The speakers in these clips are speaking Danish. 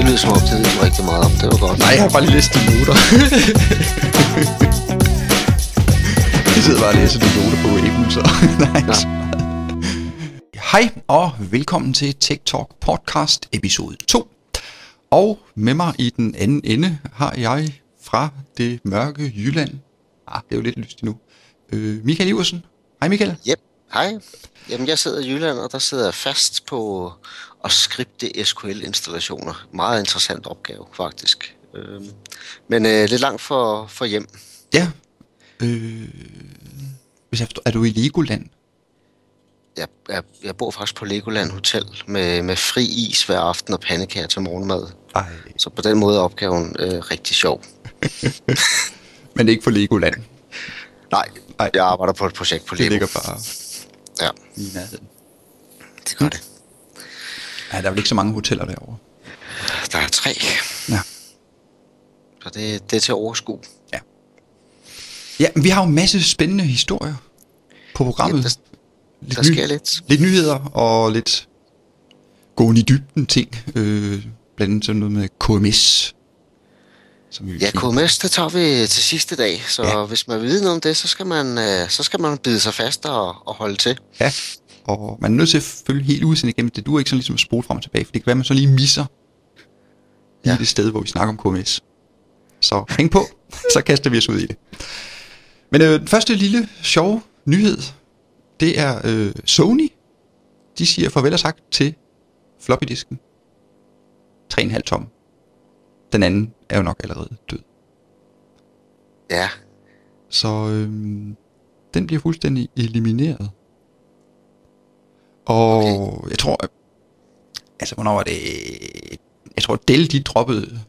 lyder som om, det ved du rigtig meget om. Det var godt. Nej, jeg har bare lige læst dine noter. Jeg sidder bare og læser dine noter på Aben, så nice. Hej og velkommen til Tech Talk Podcast episode 2. Og med mig i den anden ende har jeg fra det mørke Jylland. Det er jo lidt lyst nu. Michael Iversen. Hej Michael. Yep, hej. Jamen jeg sidder i Jylland, og der sidder jeg fast på at skripte SQL-installationer. Meget interessant opgave faktisk. Men lidt langt for hjem. Ja. Hvis jeg forstår, er du i Legoland? Jeg bor faktisk på Legoland Hotel med fri is hver aften og pandekager til morgenmad. Ej. Så på den måde er opgaven rigtig sjov. Men det er ikke for Legoland? Nej, jeg arbejder på et projekt på Lego. Det ligger bare i nærheden. Det gør det. Ja, der er vel ikke så mange hoteller derovre? Der er 3. Ja. Så det er til overskue. Ja. Ja, men vi har jo en masse spændende historier på programmet. Ja, der sker lidt. Lidt nyheder og lidt gående i dybden ting. Blandt andet sådan noget med KMS. Ja, KMS, det tager vi til sidste dag. Så hvis man vil vide noget om det, så skal man bide sig fast og holde til. Ja, og man er nødt til at følge helt udsendt igennem. Det duer ikke sådan ligesom at spole frem og tilbage, for det kan være, man så lige misser i det sted, hvor vi snakker om KMS. Så hæng på, så kaster vi os ud i det. Men den første lille sjove nyhed, det er Sony. De siger farvel og sagt til floppydisken. 3,5 tom. Den anden er jo nok allerede død. Ja. Så den bliver fuldstændig elimineret. Og jeg tror, hvornår var det? Jeg tror, Dell de droppede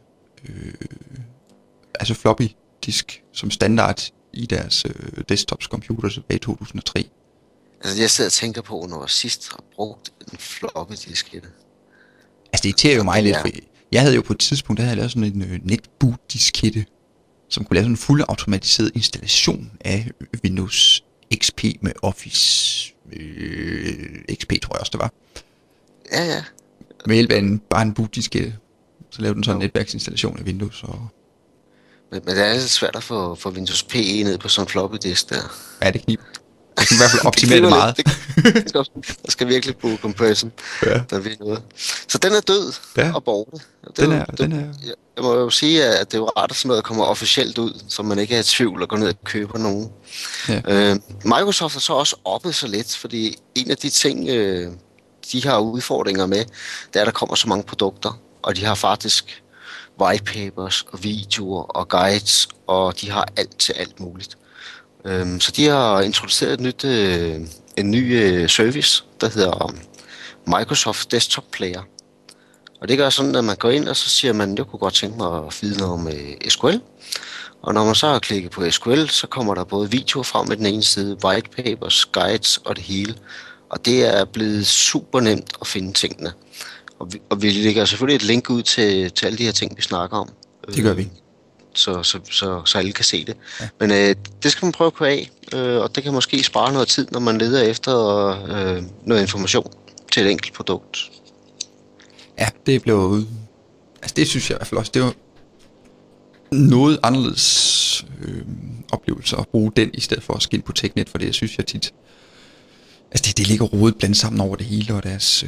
floppy disk som standard i deres desktops computer tilbage i 2003. Altså jeg sidder og tænker på, når jeg sidst har brugt en floppy disk i det. Altså det irriterer jo mig lidt, for jeg havde jo på et tidspunkt, der havde jeg lavet sådan en netboot diskette, som kunne lave sådan en fuld automatiseret installation af Windows XP med Office XP, tror jeg også det var. Ja. Med hjælp af bare en boot diskette, så lavede den sådan en netværksinstallation af Windows. Men det er lidt svært at få Windows PE ned på sådan en floppy disk der. Ja, det kniber. Jeg kan i hvert fald optimere det meget. Der skal virkelig bruge compression. Ja. Der vil noget. Så den er død og borte. Den er. Jeg må jo sige, at det er jo rart, at sådan noget kommer officielt ud, så man ikke er i tvivl og går ned og køber nogen. Ja. Microsoft har så også oppet sig lidt, fordi en af de ting, de har udfordringer med, det er, at der kommer så mange produkter, og de har faktisk white papers og videoer og guides, og de har alt til alt muligt. Så de har introduceret en ny service, der hedder Microsoft Desktop Player. Og det gør sådan, at man går ind, og så siger man, jeg kunne godt tænke mig at vide noget om SQL. Og når man så har klikket på SQL, så kommer der både videoer frem med den ene side, white papers, guides og det hele. Og det er blevet super nemt at finde tingene. Og vi lægger selvfølgelig et link ud til alle de her ting, vi snakker om. Det gør vi. Så alle kan se det. Ja. Men det skal man prøve at kunne af, og det kan måske spare noget tid, når man leder efter noget information til et enkelt produkt. Ja, det blev... Altså det synes jeg i hvert fald også, det var noget anderledes oplevelse at bruge den, i stedet for at skille på TechNet, for det synes jeg tit... Altså det ligger rodet blandt sammen over det hele, og deres...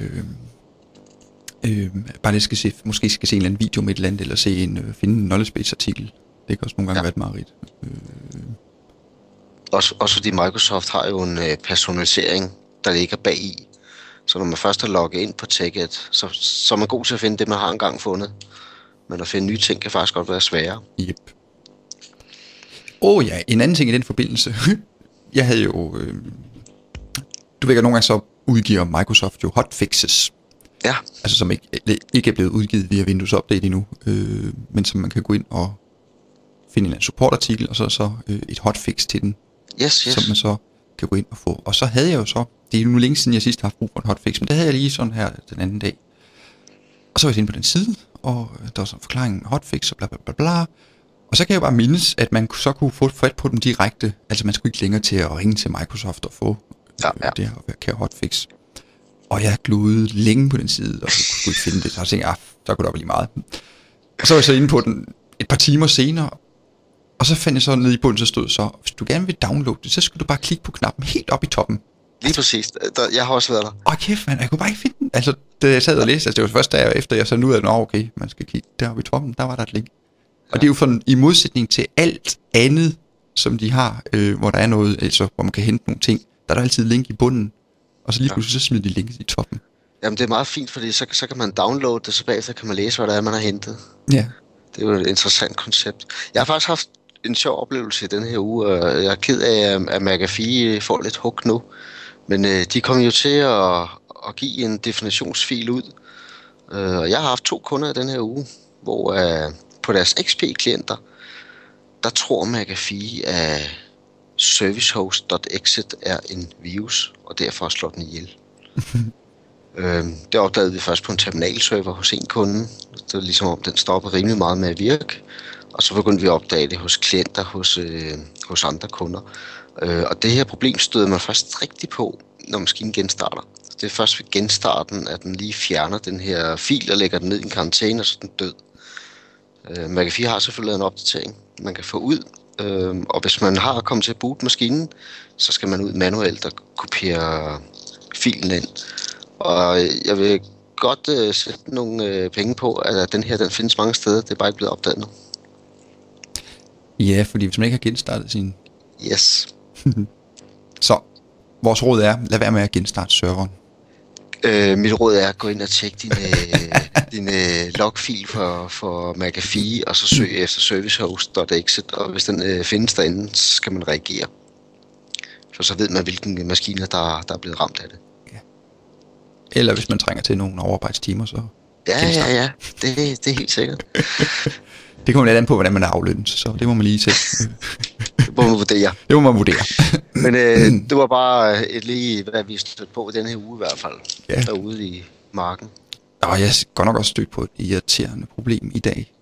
bare det måske skal se en eller anden video med et eller andet, eller finde en knowledge base artikel. Det kan også nogle gange være et mareridt. Også fordi Microsoft har jo en personalisering, der ligger bag i. Så når man først har logget ind på TechNet, så er man god til at finde det, man har engang fundet. Men at finde nye ting kan faktisk godt være sværere. Yep. Ja, en anden ting i den forbindelse. Jeg havde jo... du ved, at nogle gange så udgiver Microsoft jo hotfixes. Ja. Altså som ikke er blevet udgivet via Windows Update endnu, men som man kan gå ind og finde en supportartikel, og så et hotfix til den, som man så kan gå ind og få. Og så havde jeg jo så, det er nu længe siden jeg sidst har haft brug for en hotfix, men det havde jeg lige sådan her den anden dag. Og så var jeg inde på den side, og der var sådan en forklaring, hotfix og bla bla bla bla. Og så kan jeg jo bare mindes, at man så kunne få fat på dem direkte, altså man skulle ikke længere til at ringe til Microsoft og få det her kære hotfix. Og jeg glodede længe på den side, og kunne ikke finde det. Så jeg tænkte, så kunne det op lige meget. Og så var jeg så inde på den et par timer senere, og så fandt jeg så nede i bunden, så stod så, hvis du gerne vil downloade det, så skal du bare klikke på knappen helt op i toppen. Lige præcis. Jeg har også været der. Kæft, man, jeg kunne bare ikke finde den. Altså, da jeg sad og læste, det var først efter jeg fandt ud af, at okay, man skal kigge deroppe i toppen, der var der et link. Og det er jo for, i modsætning til alt andet, som de har, hvor der er noget, altså, hvor man kan hente nogle ting, der er der altid link i bunden, og så lige pludselig så smider de linket i toppen. Jamen det er meget fint, fordi så kan man downloade det, så bagefter kan man læse, hvad der er, man har hentet. Ja. Det er jo et interessant koncept. Jeg har faktisk haft en sjov oplevelse i den her uge, og jeg er ked af, at McAfee får lidt hug nu. Men de kom jo til at give en definitionsfil ud. Og jeg har haft 2 kunder i den her uge, hvor på deres XP-klienter, der tror McAfee, at servicehost.exit er en virus, og derfor slår den ihjel. Det opdagede vi først på en terminalserver hos en kunde. Det var ligesom om den stoppede rimelig meget med at virke. Og så begyndte vi at opdage det hos klienter, hos andre kunder. Og det her problem støder man først rigtig på, når maskinen genstarter. Det er først ved genstarten, at den lige fjerner den her fil og lægger den ned i en karantæne, og så er den død. McAfee har selvfølgelig en opdatering, man kan få ud. Og hvis man har kommet til at boot maskinen, så skal man ud manuelt og kopiere filen ind. Og jeg vil godt sætte nogle penge på, at den findes mange steder. Det er bare ikke blevet opdaget nu. Ja, fordi hvis man ikke har genstartet sin... Yes. Så, vores råd er, lad være med at genstarte serveren. Mit råd er at gå ind og tjekke din logfil for McAfee, og så søg efter servicehost.exit, og hvis den findes derinde, så skal man reagere. For så ved man, hvilke maskiner, der er blevet ramt af det. Ja. Eller hvis man trænger til nogle overarbejdstimer, så... Ja. Det er helt sikkert. Det kommer lidt an på, hvordan man er aflønnet, så det må man lige se. Det må man vurdere. Det må man vurdere. Men det var bare lige, hvad vi stødte på i denne her uge i hvert fald. Ja. Derude i marken. Og jeg går nok også stødt på et irriterende problem i dag.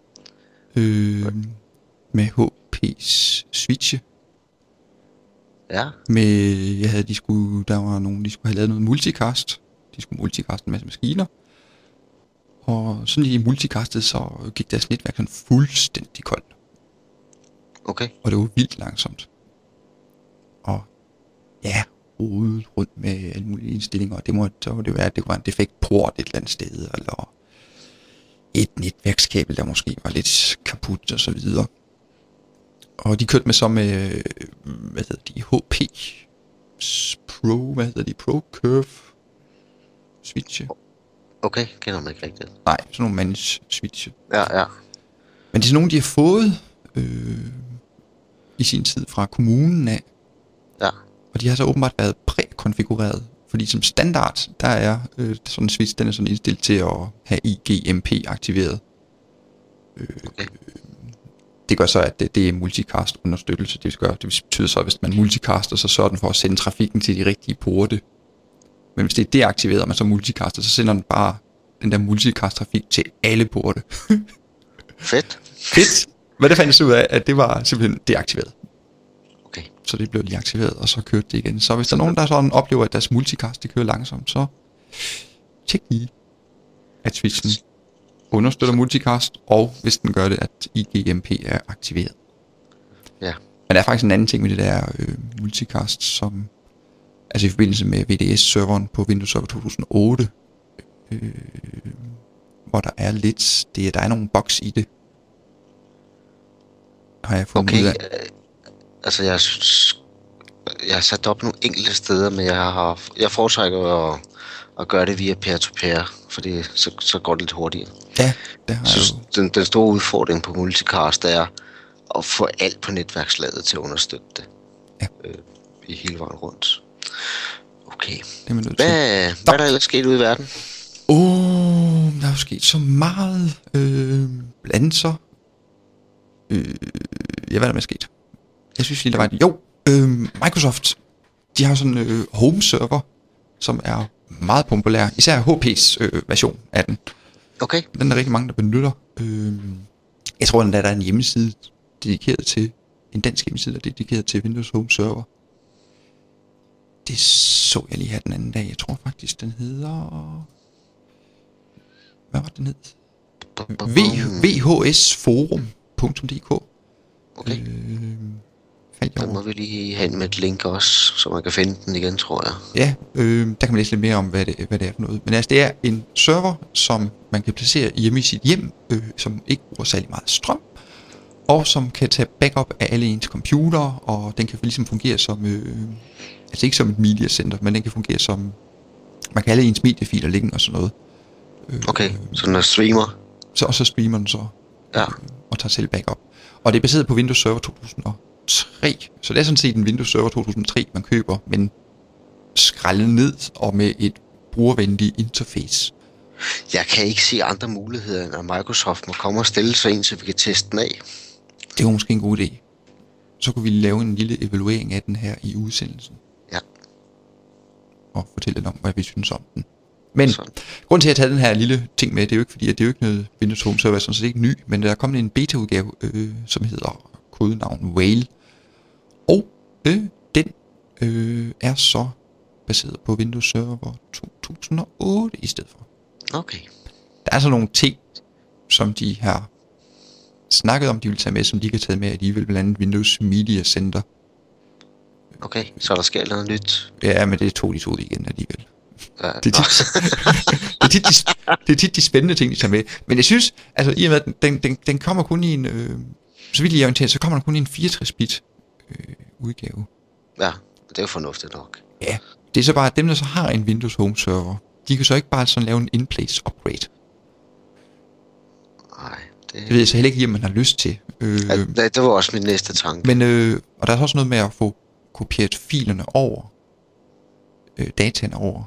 Med HP's switche. Ja. Der var nogen, de skulle have lavet noget multicast. De skulle multicaste en masse maskiner. Og sådan i multicastet, så gik deres netværk sådan fuldstændig koldt. Okay. Og det var vildt langsomt. Og ja, rodet rundt med alle mulige indstillinger. Og så må det være, at det var en defekt port et eller andet sted, eller et netværkskabel, der måske var lidt kaput og så videre. Og de kørte med HP Pro Curve switche. Okay, kender man ikke rigtigt. Nej, sådan nogle managed switche. Ja. Men det er sådan nogle, de har fået i sin tid fra kommunen af. Ja. Og de har så åbenbart været prækonfigureret. Fordi som standard, der er sådan en switch, den er sådan indstillet til at have IGMP aktiveret. Okay. Det gør så, at det er multicast understøttelse. Det betyder så, at hvis man multicaster, så sørger den for at sende trafikken til de rigtige porte. Men hvis det er deaktiveret, og man så multicaster, så sender den bare den der multicast-trafik til alle porte. Fedt. Men det fandt jeg ud af, at det var simpelthen deaktiveret. Okay. Så det blev lige aktiveret, og så kørte det igen. Så hvis der er nogen, der sådan oplever, at deres multicast det kører langsomt, så tjek lige, at switchen understøtter multicast, og hvis den gør det, at IGMP er aktiveret. Ja. Men der er faktisk en anden ting med det der multicast, som... Altså i forbindelse med VDS-serveren på Windows Server 2008, hvor der er lidt... Der er nogle bugs i det. Har jeg fundet ud af. Altså jeg har sat op nogle enkelte steder, men jeg foretrækker at gøre det via peer-to-peer, fordi så går det lidt hurtigere. Ja, det har jeg. Den store udfordring på multicast er at få alt på netværkslaget til at understøtte det. Ja. I hele vejen rundt. Okay. Hvad er der ellers sket ude i verden? Der er jo sket så meget. Blandt så. Hvad er der med sket? Jeg synes lige, der var Microsoft. De har sådan en home server, som er meget populær. Især HP's version af den. Okay. Den er rigtig mange, der benytter. Jeg tror, der er en hjemmeside dedikeret til, en dansk hjemmeside, der er dedikeret til Windows Home Server. Det så jeg lige her den anden dag. Jeg tror faktisk, den hedder... Hvad var den hed? vhsforum.dk. Okay. Den må vi lige have med et link også, så man kan finde den igen, tror jeg. Ja, der kan man læse lidt mere om, hvad det er for noget. Men altså, det er en server, som man kan placere hjemme i sit hjem, som ikke bruger særlig meget strøm, og som kan tage backup af alle ens computere, og den kan ligesom fungere som, altså ikke som et media center, men den kan fungere som, man kan alle ens mediefiler liggende og sådan noget. Okay, så den er streamer? Så streamer den så, og tager selv backup. Og det er baseret på Windows Server 2003, så det er sådan set en Windows Server 2003, man køber, men skrællet ned og med et brugervenligt interface. Jeg kan ikke se andre muligheder, end at Microsoft må komme og stille sig ind, så vi kan teste den af. Det var måske en god idé. Så kunne vi lave en lille evaluering af den her i udsendelsen. Ja. Og fortælle lidt om, hvad vi synes om den. Men grunden til at tage den her lille ting med, det er jo ikke fordi, at det er jo ikke noget Windows Home Server, sådan set ikke ny, men der er kommet en beta-udgave, som hedder kodenavn Whale. Og den er så baseret på Windows Server 2008 i stedet for. Okay. Der er så nogle ting, som de har snakket om, de vil tage med, som de kan tage med alligevel, blandt andet Windows Media Center. Okay, så der sker noget nyt. Ja, men det tog de igen alligevel. Ja, det er tit de spændende ting, de tager med. Men jeg synes, altså i og med, at den kommer kun i en, så vidt jeg orienterer, så kommer den kun i en 64-bit udgave. Ja, det er jo fornuftigt nok. Ja, det er så bare, at dem, der så har en Windows Home Server, de kan så ikke bare sådan lave en in-place upgrade. Nej, det ved jeg så heller ikke, om man har lyst til. Det var også min næste tanke. Men, og der er også noget med at få kopieret filerne over, dataen over.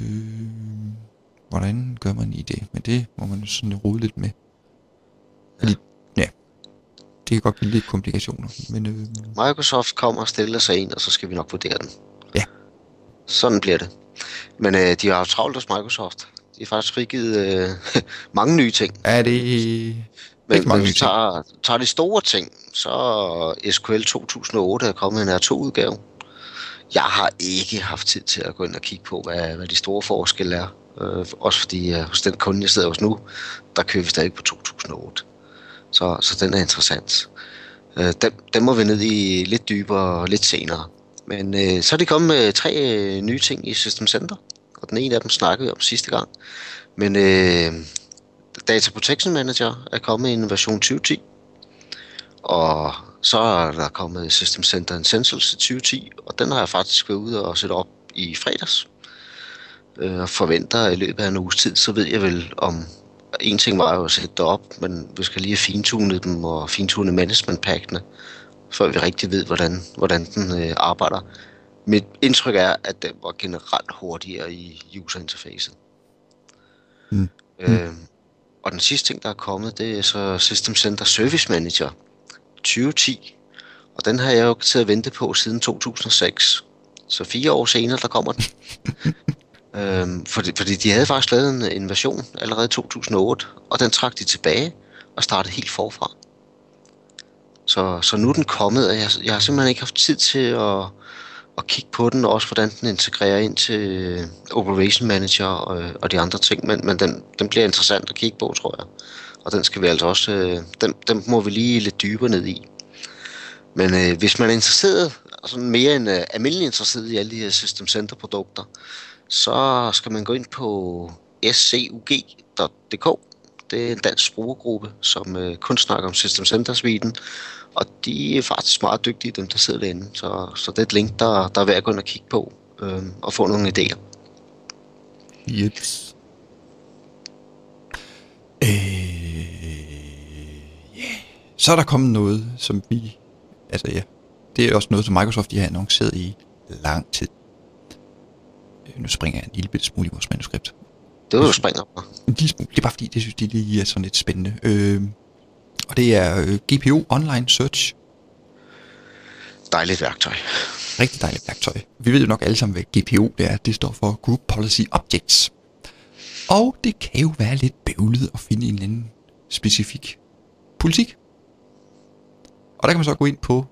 Hvordan gør man i det? Men det må man sådan rode lidt med. Fordi, ja, det kan godt give lidt komplikationer. Men, Microsoft kommer og stiller sig ind, og så skal vi nok vurdere den. Ja. Sådan bliver det. Men de har jo travlt hos Microsoft. De har faktisk frigivet mange nye ting. Ja, det men hvis vi tager de store ting, så SQL 2008 er kommet en R2-udgave. Jeg har ikke haft tid til at gå ind og kigge på, hvad de store forskelle er. Også fordi hos den kunde, jeg sidder hos nu, der kører vi stadig på 2008. Så den er interessant. Den må vi ned i lidt dybere lidt senere. Men så er de kommet med 3 nye ting i System Center. Og den ene af dem snakkede vi om sidste gang. Men Data Protection Manager er kommet i en version 2010. Og så er der kommet System Center Essentials i 2010, og den har jeg faktisk været ude og sætte op i fredags. Og forventer i løbet af en uges tid, så ved jeg vel om... En ting var jo at sætte det op, men vi skal lige have fintunet dem og fintune management-packene, før vi rigtig ved, hvordan den arbejder. Mit indtryk er, at den var generelt hurtigere i user-interfacet. Og den sidste ting, der er kommet, det er så System Center Service Manager 2010. Og den har jeg jo til at vente på siden 2006. Så 4 år senere, der kommer den. Fordi de havde faktisk lavet en version allerede i 2008, og den trak de tilbage og startede helt forfra. Så nu er den kommet, og jeg har simpelthen ikke haft tid til at kigge på den, og også hvordan den integrerer ind til Operation Manager og de andre ting. Men den bliver interessant at kigge på, tror jeg. Og den skal vi altså også, den må vi lige lidt dybere ned i. Men hvis man er interesseret, altså mere end almindelig interesseret i alle de her System Center produkter, så skal man gå ind på scug.dk. Det er en dansk brugergruppe, som kun snakker om System Center-suiten, og de er faktisk meget dygtige, dem der sidder derinde. Så det er et link, der er værd at gå ind og kigge på og få nogle idéer. Yes. Så er der kommet noget, som vi... Altså ja, det er også noget, som Microsoft de har annonceret i lang tid. Nu springer jeg en lille bitte smule i vores manuskript. Det var jo springer på. Det er bare fordi, det synes de lige er sådan lidt spændende. Og det er GPO Online Search. Dejligt værktøj. Rigtig dejligt værktøj. Vi ved jo nok alle sammen, hvad GPO det er. Det står for Group Policy Objects. Og det kan jo være lidt bøvlet at finde en eller anden specifik politik. Og der kan man så gå ind på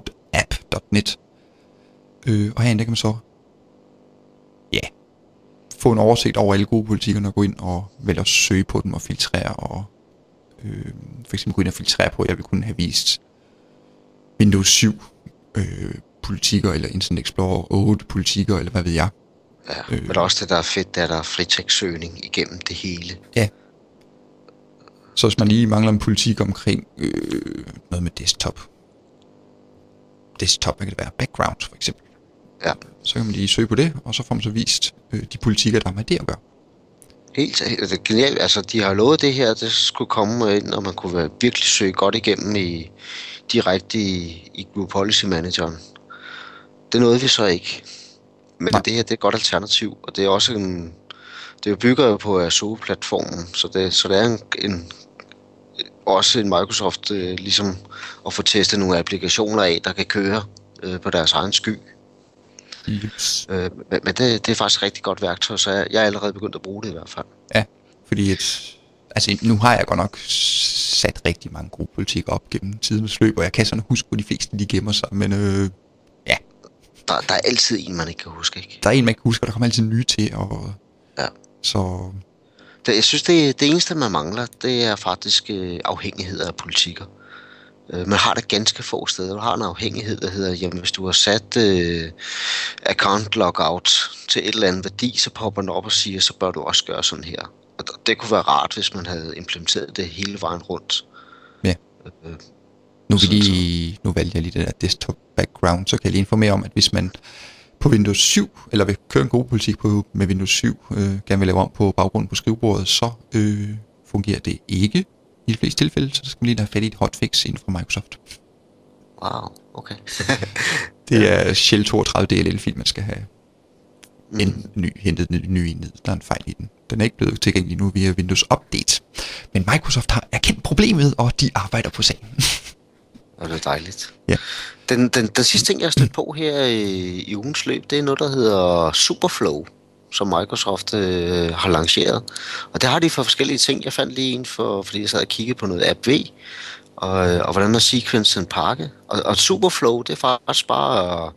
gps.cloudapp.net. Og herinde der kan man så få en oversigt over alle gode politikkerne og gå ind og vel også søge på dem og filtrere og for eksempel gå ind og filtrere på, at jeg vil kunne have vist Windows 7 politikker eller Internet Explorer 8 politikker eller hvad ved jeg. Ja, men også det der er fedt, der er fritekstsøgning igennem det hele. Ja. Så hvis man lige mangler en politik omkring noget med desktop, hvad kan det være? Background for eksempel. Ja. Så kan man lige søge på det, og så får man så vist de politikker, der har med det at gøre. Helt genialt. Altså, de har lovet det her, det skulle komme ind, og man kunne virkelig søge godt igennem direkte i Group Policy Manageren. Det nåede vi så ikke. Men det her, det er et godt alternativ, og det er også det jo bygger på Azure-platformen, så det er også en Microsoft ligesom at få testet nogle applikationer af, der kan køre på deres egen sky. Yes. Men det er faktisk et rigtig godt værktøj, så jeg er allerede begyndt at bruge det i hvert fald. Ja, fordi nu har jeg godt nok sat rigtig mange gode politikker op gennem tidens løb, og jeg kan sådan huske, hvor de fleste de gemmer sig, men ja. Der er altid en, man ikke kan huske, ikke? Der er en, man ikke kan huske, og der kommer altid nye til, og ja. Så... Jeg synes, det eneste, man mangler, det er faktisk afhængighed af politikker. Man har det ganske få steder. Du har en afhængighed, der hedder, jamen hvis du har sat account logout til et eller andet værdi, så popper den op og siger, så bør du også gøre sådan her. Og det kunne være rart, hvis man havde implementeret det hele vejen rundt. Ja. Nu vælger jeg lige det der desktop background, så kan jeg lige informere om, at hvis man på Windows 7, eller vil køre en god politik med Windows 7, gerne vil lave om på baggrunden på skrivebordet, så fungerer det ikke i de fleste tilfælde, så skal man lige have fat i et hotfix inden fra Microsoft. Wow, okay. Det er Shell 32 DLL-fil, man skal have hentet en ny ned. Der er en fejl i den. Den er ikke blevet tilgængelig nu via Windows Update. Men Microsoft har erkendt problemet, og de arbejder på sagen. Og det er dejligt. Ja. Den sidste ting, jeg har stødt på her i ugens løb, det er noget, der hedder Superflow, som Microsoft har lanceret. Og der har de for forskellige ting. Jeg fandt lige en, fordi jeg sad og kiggede på noget AppV, og hvordan man sequencer en pakke. Og Superflow, det er faktisk bare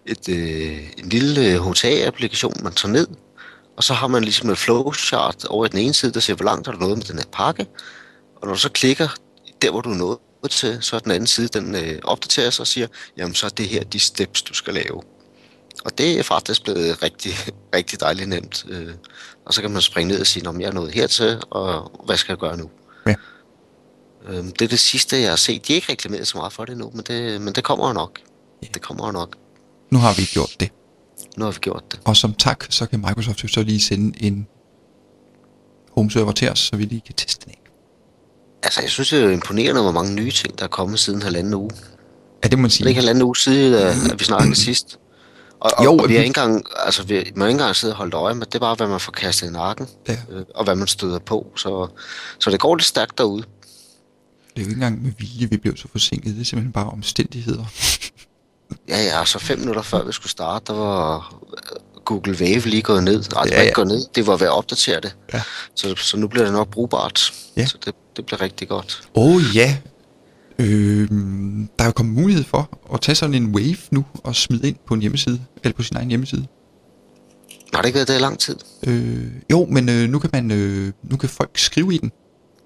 en lille HTA-applikation, man tager ned, og så har man ligesom et flowchart over i den ene side, der siger, hvor langt er du nået med den her pakke. Og når du så klikker der, hvor du er nået til, så er den anden side, den opdaterer sig og siger, jamen så er det her de steps, du skal lave. Og det er faktisk blevet rigtig, rigtig dejligt nemt. Og så kan man springe ned og sige, om jeg er nået hertil, og hvad skal jeg gøre nu? Ja. Det er det sidste, jeg har set. De er ikke reklameret så meget for det nu, men det kommer jo nok. Ja. Det kommer jo nok. Nu har vi gjort det. Nu har vi gjort det. Og som tak, så kan Microsoft jo så lige sende en homeserver til os, så vi lige kan teste den af. Altså, jeg synes, det er imponerende, hvor mange nye ting, der er kommet siden halvanden uge. Ja, det må man sige. Det er ikke halvanden uge siden, at vi snakkede sidst. Og vi har ikke engang, altså, man har ikke engang siddet og holdt øje med, det er bare, hvad man får kastet i nakken, ja. Og hvad man støder på. Så det går lidt stærkt derude. Det er jo ikke engang med vilje, vi blev så forsinket. Det er simpelthen bare omstændigheder. Ja, så 5 minutter før vi skulle starte, der var Google Wave lige gået ned. Nej, det var ikke gået ned, det var ved at opdatere det. Ja. Så nu bliver det nok brugbart. Ja. Så det bliver rigtig godt. Ja. Der er jo kommet mulighed for at tage sådan en Wave nu og smide ind på en hjemmeside, eller på sin egen hjemmeside. Har det ikke været det i lang tid? Jo, men nu kan folk skrive i den.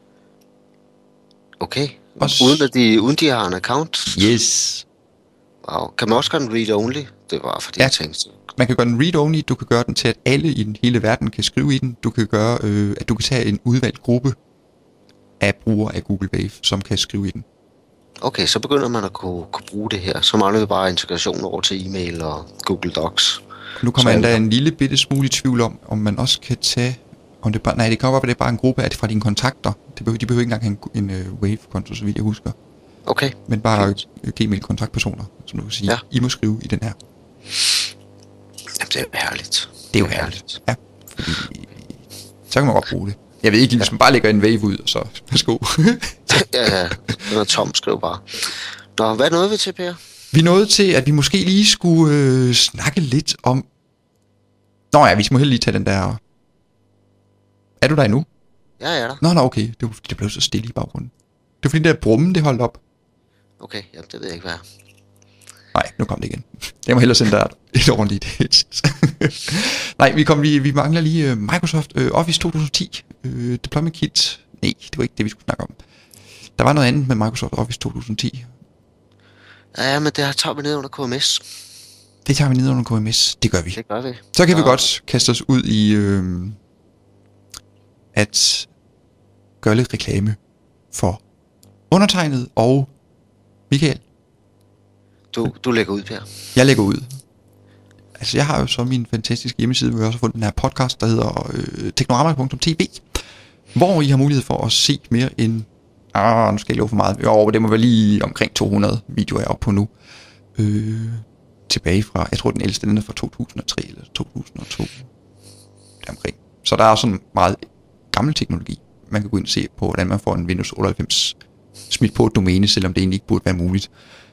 Okay. Uden de har en account? Yes. Wow. Kan man også gøre den read-only? Det var fordi jeg tænkte. Man kan gøre den read-only, du kan gøre den til, at alle i den hele verden kan skrive i den. Du kan gøre, at du kan tage en udvalgt gruppe af brugere af Google Wave, som kan skrive i den. Okay, så begynder man at kunne bruge det her. Så mangler vi bare integration over til e-mail og Google Docs. Nu kommer man da en lille bitte smule i tvivl om man også kan tage... det kan godt være, at det er bare en gruppe af det fra dine kontakter. De behøver ikke engang have en Wave-konto, så vidt jeg husker. Okay. Men bare Gmail-kontaktpersoner, som du kan sige. Ja. I må skrive i den her. Jamen, det er jo herligt. Det er jo herligt. Ja, fordi så kan man godt bruge det. Jeg ved ikke, hvis man bare lægger en Wave ud, så værsgo. Ja, det er tom, skriv bare. Nå, hvad nåede vi til, Per? Vi nåede til, at vi måske lige skulle snakke lidt om... Nå ja, vi må heller lige tage den der... Er du der endnu? Ja, jeg er der. Nå, okay. Det blev så stille i baggrunden. Det var fordi, der brummen, det holdt op. Okay, jamen, det ved jeg ikke, hvad Nej, nu kom det igen. Jeg må hellere sende dig et ordentligt. Nej, vi mangler lige Microsoft Office 2010 Deployment Kit. Nej, det var ikke det, vi skulle snakke om. Der var noget andet med Microsoft Office 2010. Ja, men det tager vi ned under KMS. Det tager vi ned under KMS. Det gør vi. Det gør vi. Så kan vi godt kaste os ud i at gøre lidt reklame for undertegnet og Michael. Du lægger ud, Per. Jeg lægger ud. Altså, jeg har jo så min fantastiske hjemmeside, hvor jeg også har fundet den her podcast, der hedder teknorama.tv, hvor I har mulighed for at se mere end... nu skal jeg love for meget. Jo, det må være lige omkring 200 videoer, jeg er oppe på nu. Tilbage fra, jeg tror den ældste, den er fra 2003 eller 2002. Deromkring. Så der er sådan meget gammel teknologi. Man kan gå ind og se på, hvordan man får en Windows 98 smidt på et domæne, selvom det egentlig ikke burde være muligt.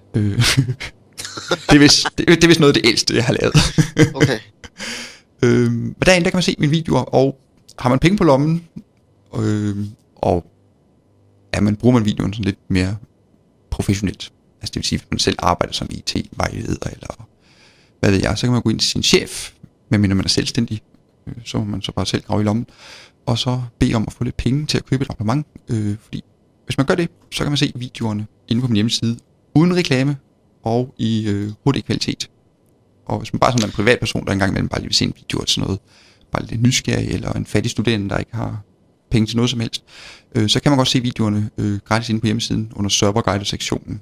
Det er vist noget af det ældste, jeg har lavet. Okay. Men derinde, der kan man se mine videoer, og har man penge på lommen, og bruger man videoen sådan lidt mere professionelt, altså det vil sige, at man selv arbejder som IT-vejleder, eller hvad ved jeg, så kan man gå ind til sin chef, medmindre man er selvstændig, så må man så bare selv grave i lommen, og så bede om at få lidt penge til at købe et abonnement, fordi hvis man gør det, så kan man se videoerne inde på min hjemmeside, uden reklame, og i hurtig kvalitet. Og hvis man bare sådan en privatperson, der engang imellem bare lige vil se en video eller sådan noget, bare lidt nysgerrig, eller en fattig studerende, der ikke har penge til noget som helst, så kan man godt se videoerne gratis inde på hjemmesiden under serverguide-sektionen.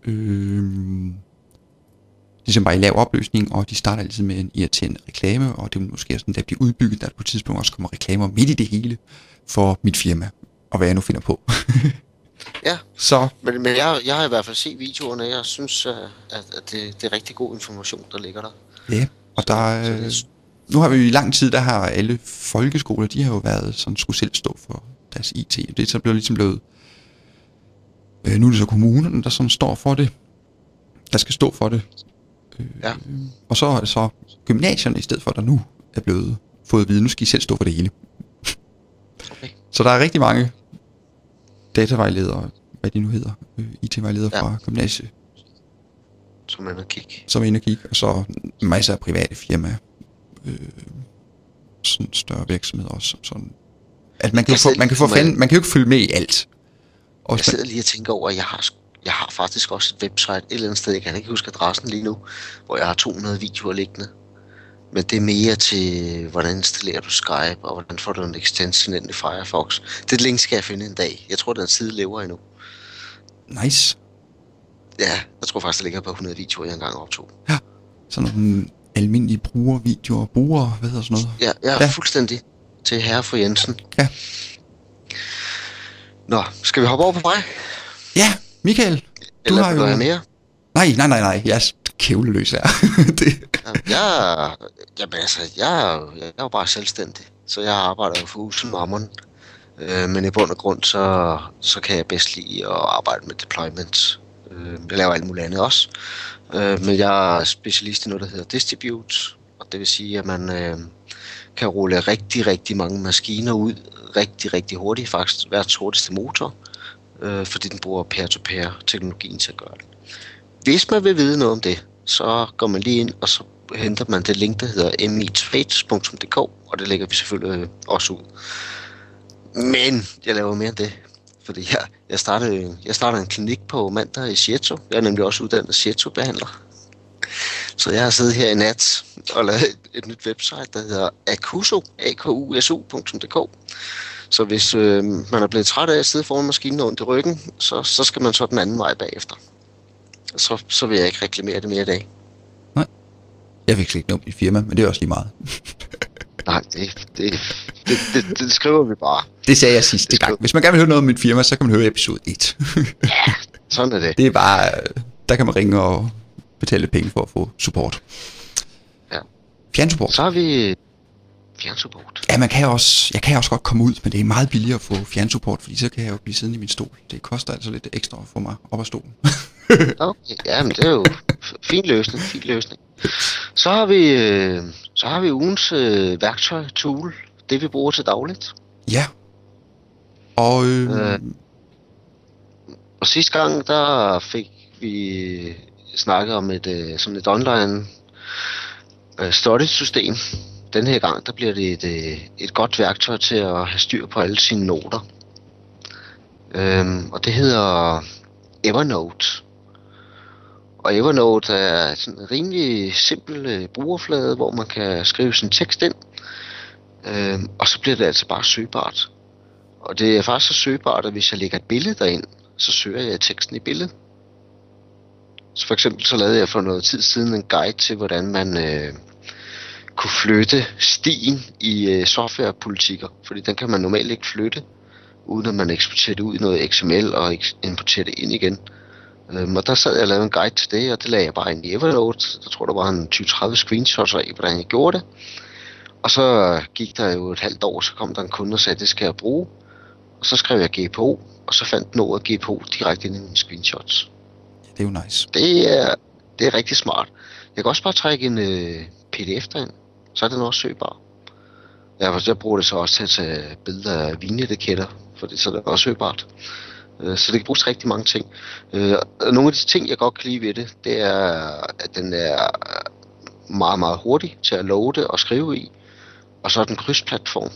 Ligesom bare i lav opløsning, og de starter altid med en irriterende reklame, og det vil måske sådan, der bliver udbygget, der på et tidspunkt også kommer reklamer midt i det hele for mit firma, og hvad jeg nu finder på. Ja, så. Men jeg har i hvert fald set videoerne, jeg synes, at det er rigtig god information, der ligger der. Ja, og nu har vi i lang tid, der har alle folkeskoler, de har jo været sådan, skulle selv stå for deres IT, og det er så ligesom blevet, nu er det så kommunerne, der sådan står for det, der skal stå for det. Ja. Og så er det så gymnasierne, i stedet for, der nu er blevet fået at vide, nu skal I selv stå for det hele. Okay. Så der er rigtig mange datavejledere, hvad de nu hedder, IT-vejledere fra gymnasiet. Som er inde og kigge. Og så masser af private firmaer. Sådan større virksomheder også. Sådan. At man kan jo ikke følge med i alt. Og jeg sidder lige og tænker over, at jeg har faktisk også et website et eller andet sted, jeg kan ikke huske adressen lige nu, hvor jeg har 200 videoer liggende. Men det er mere til, hvordan installerer du Skype, og hvordan får du en extension ind i Firefox. Det link skal jeg finde en dag. Jeg tror, den side lever endnu. Nice. Ja, jeg tror faktisk, det ligger på 100 videoer, jeg engang optog. Ja, sådan nogle almindelige brugervideoer, hvad hedder sådan noget? Ja, fuldstændig. Til herre for Jensen. Ja. Nå, skal vi hoppe over på mig? Ja, Michael. Eller har jo mere? Nej, jeg er kævleløs her. Jeg er jo bare selvstændig, så jeg arbejder jo for Usen Mammon. Men i bund og grund, så kan jeg bedst lide at arbejde med deployments. Jeg laver alt muligt andet også. Men jeg er specialist i noget, der hedder Distribute. Og det vil sige, at man kan rulle rigtig, rigtig mange maskiner ud rigtig, rigtig hurtigt. Faktisk verdens hurtigste motor. Fordi den bruger peer-to-peer teknologien til at gøre det. Hvis man vil vide noget om det, så går man lige ind, og så henter man det link, der hedder mitrades.dk, og det lægger vi selvfølgelig også ud. Men jeg laver mere end det, fordi jeg startede en klinik på mandag i Shiatsu. Jeg er nemlig også uddannet Shiatsu-behandler. Så jeg har siddet her i nat og lavet et nyt website, der hedder akusu.dk. Så hvis man er blevet træt af at sidde foran maskinen og ondt i ryggen, så skal man så den anden vej bagefter. Så vil jeg ikke reklamere det mere i dag. Nej. Jeg fik slet ikke noget om dit firma, men det er også lige meget. Nej, det skriver vi bare. Det sagde jeg sidste gang. Hvis man gerne vil høre noget om mit firma, så kan man høre episode 1. Ja, sådan er det. Det er bare, der kan man ringe og betale lidt penge for at få support. Ja. Fjernsupport. Så har vi fjernsupport. Ja, jeg kan også godt komme ud, men det er meget billigere at få fjernsupport, fordi så kan jeg jo blive siddende i min stol. Det koster altså lidt ekstra at få mig op af stolen. Okay, ja, men det er jo fin løsning. Så har vi ugens værktøj, tool, det vi bruger til dagligt. Ja. Og sidste gang, der fik vi snakkede om sådan et online storage-system. Den her gang, der bliver det et godt værktøj til at have styr på alle sine noter. Og det hedder Evernote. Og Evernote er sådan en rimelig simpel brugerflade, hvor man kan skrive sin tekst ind. Og så bliver det altså bare søgbart. Og det er faktisk så søgbart, at hvis jeg lægger et billede derind, så søger jeg teksten i billedet. Så for eksempel så lavede jeg for noget tid siden en guide til, hvordan man kunne flytte stien i softwarepolitikker. Fordi den kan man normalt ikke flytte, uden at man eksporterer det ud i noget XML og importerer det ind igen. Og der sad jeg og lavede en guide til det, og det lagde jeg bare ind i Evernote. Jeg tror, der var en 20-30 screenshots af, hvordan jeg gjorde det. Og så gik der jo et halvt år, så kom der en kunde og sagde, det skal jeg bruge. Og så skrev jeg GPO, og så fandt den ordet GPO direkte ind i mine screenshots. Det er jo nice. Det er rigtig smart. Jeg kan også bare trække en PDF derind, så er den også søgbar. Jeg bruger det så også til at tage billeder af vinetiketter, for det så er det også søgbart. Så det kan bruges til rigtig mange ting. Nogle af de ting, jeg godt kan lide ved det, det er, at den er meget, meget hurtig til at loade og skrive i. Og så er den krydsplatform.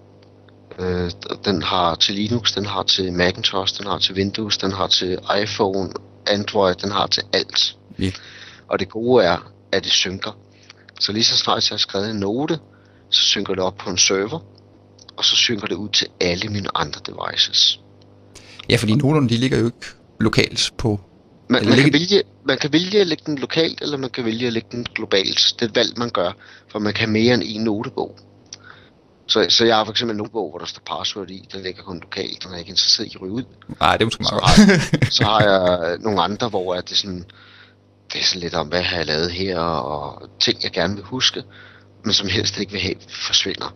Den har til Linux, den har til Macintosh, den har til Windows, den har til iPhone, Android, den har til alt. Yeah. Og det gode er, at det synker. Så lige så snart jeg har skrevet en note, så synker det op på en server, og så synker det ud til alle mine andre devices. Ja, fordi noterne, de ligger jo ikke lokalt på... Man kan vælge at lægge den lokalt, eller man kan vælge at lægge den globalt. Det er et valg, man gør, for man kan mere end en notebog. Så jeg har for eksempel en notebog, hvor der står password i, den ligger kun lokalt, den er ikke interesseret i at ryge ud. Nej, det er måske meget så har jeg nogle andre, hvor det er sådan lidt om, hvad har jeg lavet her, og ting, jeg gerne vil huske, men som helst ikke vil have, forsvinder.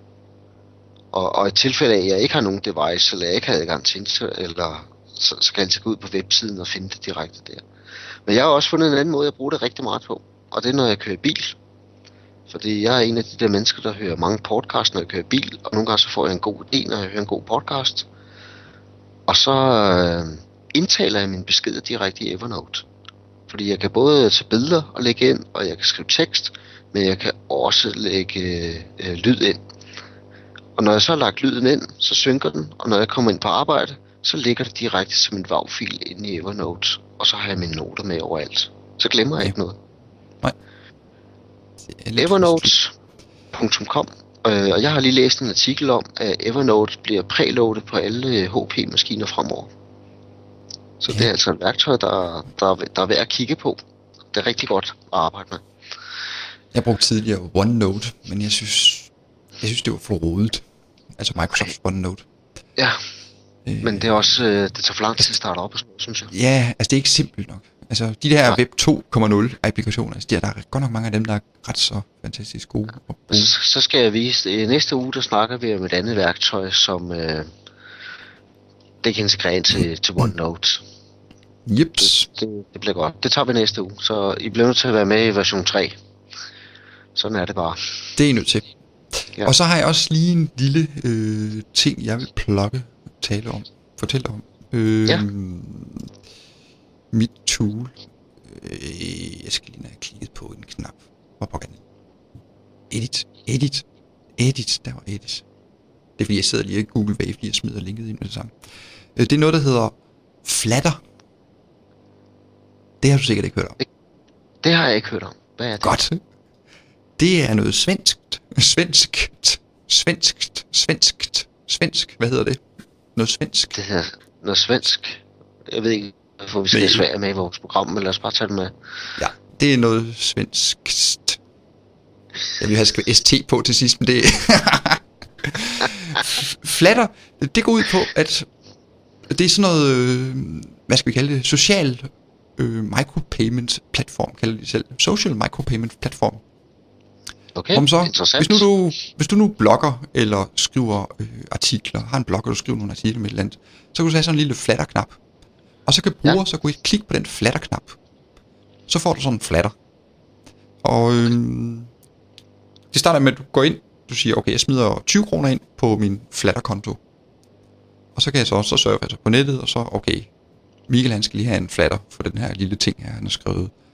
Og i tilfælde af, at jeg ikke har nogen device, eller jeg ikke har adgang til internet, eller så kan jeg altid gå ud på websiden og finde det direkte der. Men jeg har også fundet en anden måde, jeg bruger det rigtig meget på, og det er, når jeg kører bil. Fordi jeg er en af de der mennesker, der hører mange podcasts, når jeg kører bil, og nogle gange så får jeg en god idé, når jeg hører en god podcast. Og så indtaler jeg mine beskeder direkte i Evernote. Fordi jeg kan både tage billeder og lægge ind, og jeg kan skrive tekst, men jeg kan også lægge lyd ind. Og når jeg så har lagt lyden ind, så synker den, og når jeg kommer ind på arbejde, så ligger det direkte som en WAV-fil inde i Evernote, og så har jeg mine noter med overalt. Så glemmer jeg ikke noget. Nej. Evernote.com. Og jeg har lige læst en artikel om, at Evernote bliver preloadet på alle HP-maskiner fremover. Så det er altså et værktøj, der er værd at kigge på. Det er rigtig godt at arbejde med. Jeg brugte tidligere OneNote, men jeg synes det var for rodet. Altså Microsoft OneNote. Ja, men det er også det tager for lang tid at starte op, synes jeg. Ja, altså det er ikke simpelt nok. Altså de der Web 2.0 applikationer, altså, der er godt nok mange af dem, der er ret så fantastisk gode. Så skal jeg vise, i næste uge, der snakker vi om et andet værktøj, som det kan integrere ind til OneNote. Jeps. Det bliver godt. Det tager vi næste uge, så I bliver nødt til at være med i version 3. Sådan er det bare. Det er I nødt til. Ja. Og så har jeg også lige en lille ting, jeg vil fortælle om. Mit tool. Jeg skal lige have klikket på en knap. Hvor pokker den? Edit. Der var edit. Det er fordi, jeg sidder lige i Google Wave, fordi jeg smider linket ind med det samme. Det er noget, der hedder Flatter. Det har du sikkert ikke hørt om. Det har jeg ikke hørt om. Hvad er det? Godt. Det er noget svensk. Hvad hedder det? Noget svensk. Det hedder noget svensk. Jeg ved ikke, hvorfor vi skal svære med i vores program, men lad os bare tage det med. Ja, det er noget svensk. Jeg vil have skrevet ST på til sidst, men det Flatter, det går ud på, at det er sådan noget, hvad skal vi kalde det, social micropayment platform, kalder de selv. Social micropayment platform. Okay, så, hvis du nu blogger eller skriver artikler, har en blog, og du skriver nogle artikler med et eller andet, så kan du have sådan en lille Flatter-knap. Og så kan brugere så gå i klik på den Flatter-knap. Så får du sådan en Flatter. Og det starter med, at du går ind, du siger, okay, jeg smider 20 kroner ind på min Flatter-konto. Og så kan jeg så surfe på nettet, og så, okay, Michael han skal lige have en Flatter for den her lille ting her, han har skrevet.